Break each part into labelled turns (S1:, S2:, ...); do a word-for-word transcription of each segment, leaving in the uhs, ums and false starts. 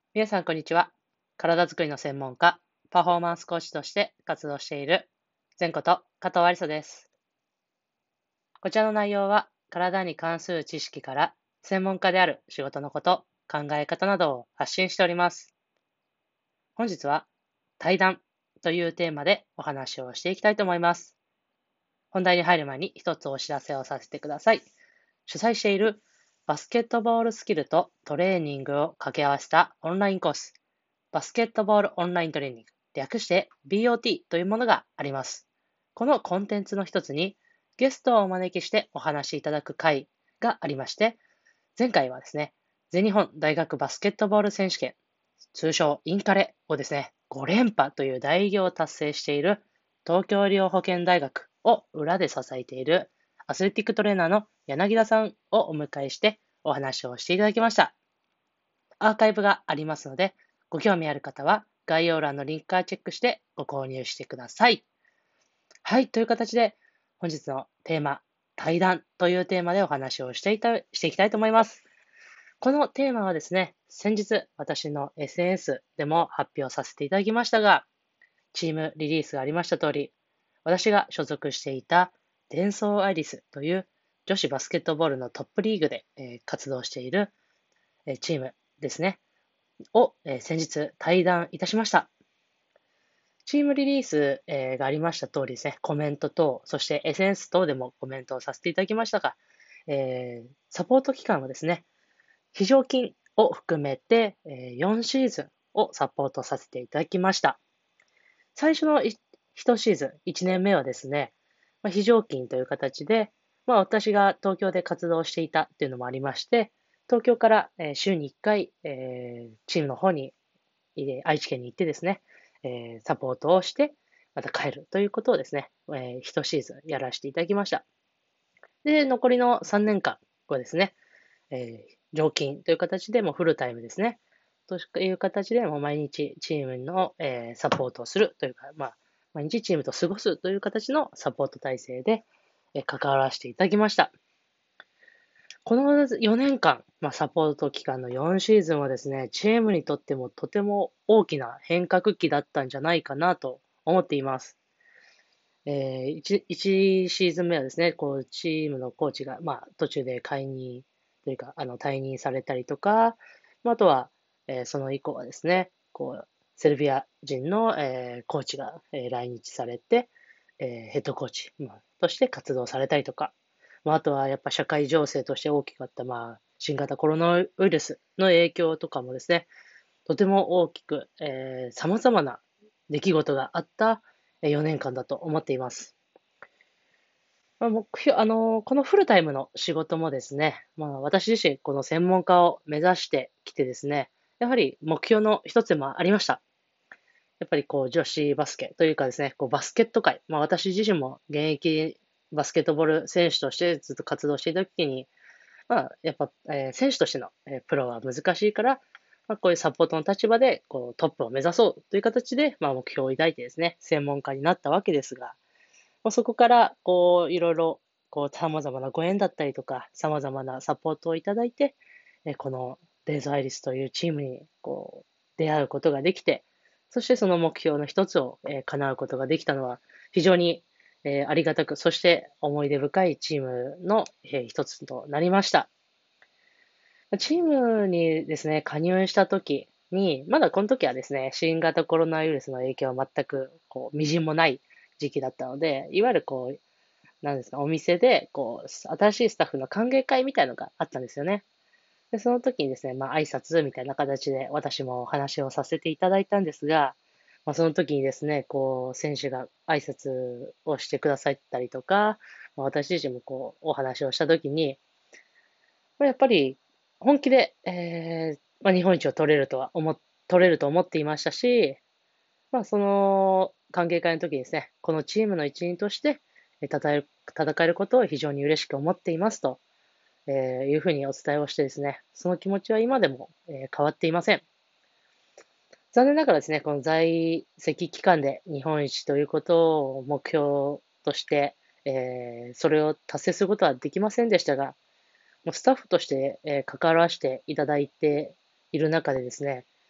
S1: 皆さん、こんにちは。体づくりの専門家、パフォーマンスコーチとして活動している、前こと加藤ありさです。こちらの内容は、体に関する知識から、専門家である仕事のこと、考え方などを発信しております。本日は、対談というテーマでお話をしていきたいと思います。本題に入る前に一つお知らせをさせてください。主催しているバスケットボールスキルとトレーニングを掛け合わせたオンラインコース、バスケットボールオンライントレーニング、略して ビーオーティー というものがあります。このコンテンツの一つに、ゲストをお招きしてお話しいただく会がありまして、前回はですね、全日本大学バスケットボール選手権、通称インカレをですね、ご連覇という大偉業を達成している東京医療保険大学を裏で支えているアスレティックトレーナーの柳田さんをお迎えしてお話をしていただきました。アーカイブがありますので、ご興味ある方は概要欄のリンクからチェックしてご購入してください。はい、という形で本日のテーマ、対談というテーマでお話をしていたしていきたいと思います。このテーマはですね、先日私の エスエヌエス でも発表させていただきましたが、チームリリースがありました通り、私が所属していたデンソーアイリスという女子バスケットボールのトップリーグで、えー活動している、えーチームですね、を、えー先日対談いたしました。チームリリース、えーがありました通りですね、コメント等、そして エスエヌエス 等でもコメントをさせていただきましたが、えーサポート期間はですね、非常勤を含めて、えーよんシーズンをサポートさせていただきました。最初のいちシーズン、いちねんめはですね、まあ、非常勤という形で、まあ、私が東京で活動していたっていうのもありまして、東京から、えー週にいっかい、えーチームの方に、えー愛知県に行ってですね、えーサポートをして、また帰るということをですね、えー、いちシーズンやらせていただきました。で、残りのさんねんかんはですね、えー常勤という形でもうフルタイムですね。という形でもう毎日チームの、えーサポートをするというか、まあ、毎日チームと過ごすという形のサポート体制で、えー関わらせていただきました。このよねんかん、まあ、サポート期間のよんシーズンはですね、チームにとってもとても大きな変革期だったんじゃないかなと思っています。えー、1, いちシーズン目はですね、こう、チームのコーチが、まあ、途中で解任というか、あの、退任されたりとか、まあ、あとは、えーその以降はですね、こう、セルビア人の、えーコーチが、えー来日されて、えーヘッドコーチ、まあ、として活動されたりとか、まあ、あとはやっぱ社会情勢として大きかった、まあ、新型コロナウイルスの影響とかもですね、とても大きく、えー、様々な出来事があったよねんかんだと思っています。まあ、目標、あの、このフルタイムの仕事もですね、まあ、私自身、この専門家を目指してきてですね、やはり目標の一つでもありました。やっぱりこう、女子バスケというかですね、こう、バスケット界、まあ、私自身も現役バスケットボール選手としてずっと活動していたときに、まあ、やっぱ、えー選手としての、えープロは難しいから、まあ、こういうサポートの立場で、こう、トップを目指そうという形で、まあ、目標を抱いてですね、専門家になったわけですが、まあ、そこから、こう、いろいろ、こう、様々なご縁だったりとか、様々なサポートをいただいて、えこのデイズアイリスというチームに、こう、出会うことができて、そしてその目標の一つを、えー叶うことができたのは、非常に、えーありがたく、そして思い出深いチームの、えー一つとなりました。チームにですね、加入した時に、まだこの時はですね、新型コロナウイルスの影響は全く、こう、微塵もない時期だったので、いわゆるこう、なんですか、お店で、こう、新しいスタッフの歓迎会みたいなのがあったんですよね。で、その時にですね、まあ、挨拶みたいな形で私もお話をさせていただいたんですが、まあ、その時にですね、こう、選手が挨拶をしてくださったりとか、まあ、私自身もこう、お話をした時に、まあやっぱり本気で、えーまあ、日本一を取れるとは思っ、取れると思っていましたし、まあ、その歓迎会の時にですね、このチームの一員として、えー戦える、戦えることを非常に嬉しく思っていますと、えーいうふうにお伝えをしてですね、その気持ちは今でも、えー変わっていません。残念ながらですね、この在籍期間で日本一ということを目標として、えーそれを達成することはできませんでしたが、もうスタッフとして、えー関わらせていただいている中でですね、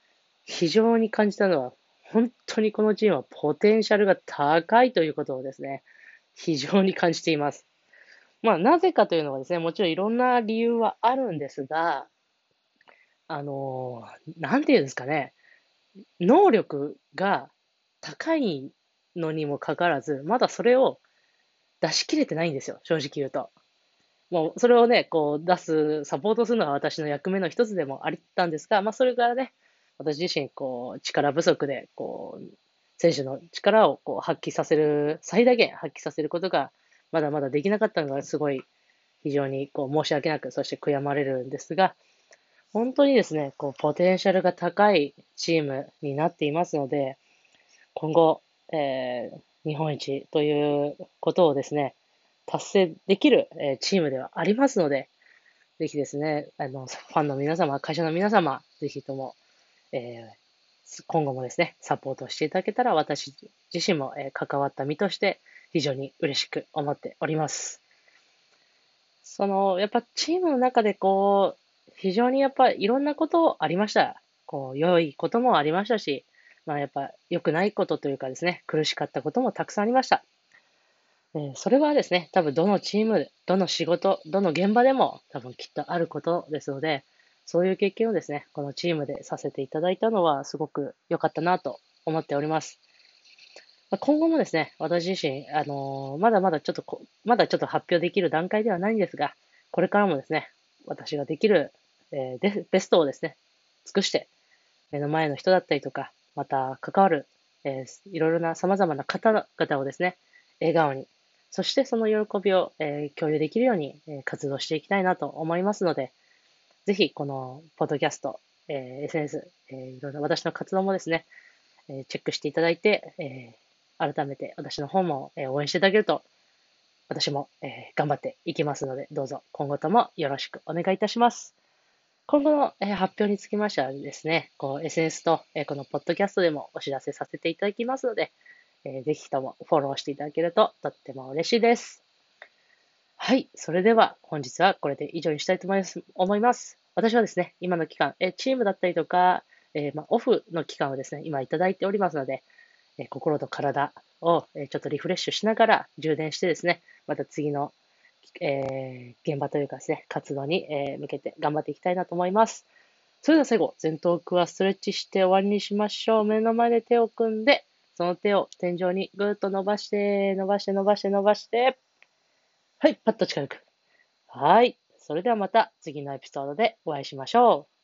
S1: 非常に感じたのは、本当にこのチームはポテンシャルが高いということをですね、非常に感じています。まあ、なぜかというのはですね、もちろんいろんな理由はあるんですが、あの、なんていうんですかね、能力が高いのにもかかわらず、まだそれを出し切れてないんですよ、正直言うと。もうそれをね、こう出す、サポートするのが私の役目の一つでもあったんですが、まあそれからね、私自身、こう、力不足で、こう、選手の力をこう発揮させる、最大限発揮させることが、まだまだできなかったのが、すごい、非常にこう申し訳なく、そして悔やまれるんですが、本当にですね、こう、ポテンシャルが高いチームになっていますので、今後、えー日本一ということをですね、達成できる、えーチームではありますので、ぜひですね、あの、ファンの皆様、会社の皆様、ぜひとも、えー今後もですね、サポートしていただけたら、私自身も、えー関わった身として、非常に嬉しく思っております。その、やっぱチームの中でこう、非常にやっぱいろんなことありました。こう、良いこともありましたし、まあやっぱ良くないことというかですね、苦しかったこともたくさんありました。えーそれはですね、多分どのチーム、どの仕事、どの現場でも多分きっとあることですので、そういう経験をですね、このチームでさせていただいたのはすごく良かったなと思っております。まあ今後もですね、私自身、あのーまだまだちょっとこ、まだちょっと発表できる段階ではないんですが、これからもですね、私ができる、えーでベストをですね、尽くして、目の前の人だったりとか、また関わる、えーいろいろな様々な方々をですね、笑顔に、そしてその喜びを、えー共有できるように、えー活動していきたいなと思いますので、ぜひこのポッドキャスト、えー エスエヌエス、えーいろいろ私の活動もですね、えーチェックしていただいて、えー改めて私の方も、えー応援していただけると、私も、えー頑張っていきますので、どうぞ今後ともよろしくお願いいたします。今後の、えー発表につきましてはですね、こう エスエヌエス と、えーこのポッドキャストでもお知らせさせていただきますので、えーぜひともフォローしていただけるととっても嬉しいです。はい。それでは本日はこれで以上にしたいと思います。思います私はですね、今の期間、えーチームだったりとか、えーまあ、オフの期間をですね、今いただいておりますので、えー心と体を、えーちょっとリフレッシュしながら充電してですね、また次の、えー現場というかですね、活動に、えー向けて頑張っていきたいなと思います。それでは最後、前頭腔はストレッチして終わりにしましょう。目の前で手を組んで、その手を天井にぐーっと伸ばして、伸ばして、伸ばして、伸ばして、はい、パッと近づく。はい。それではまた次のエピソードでお会いしましょう。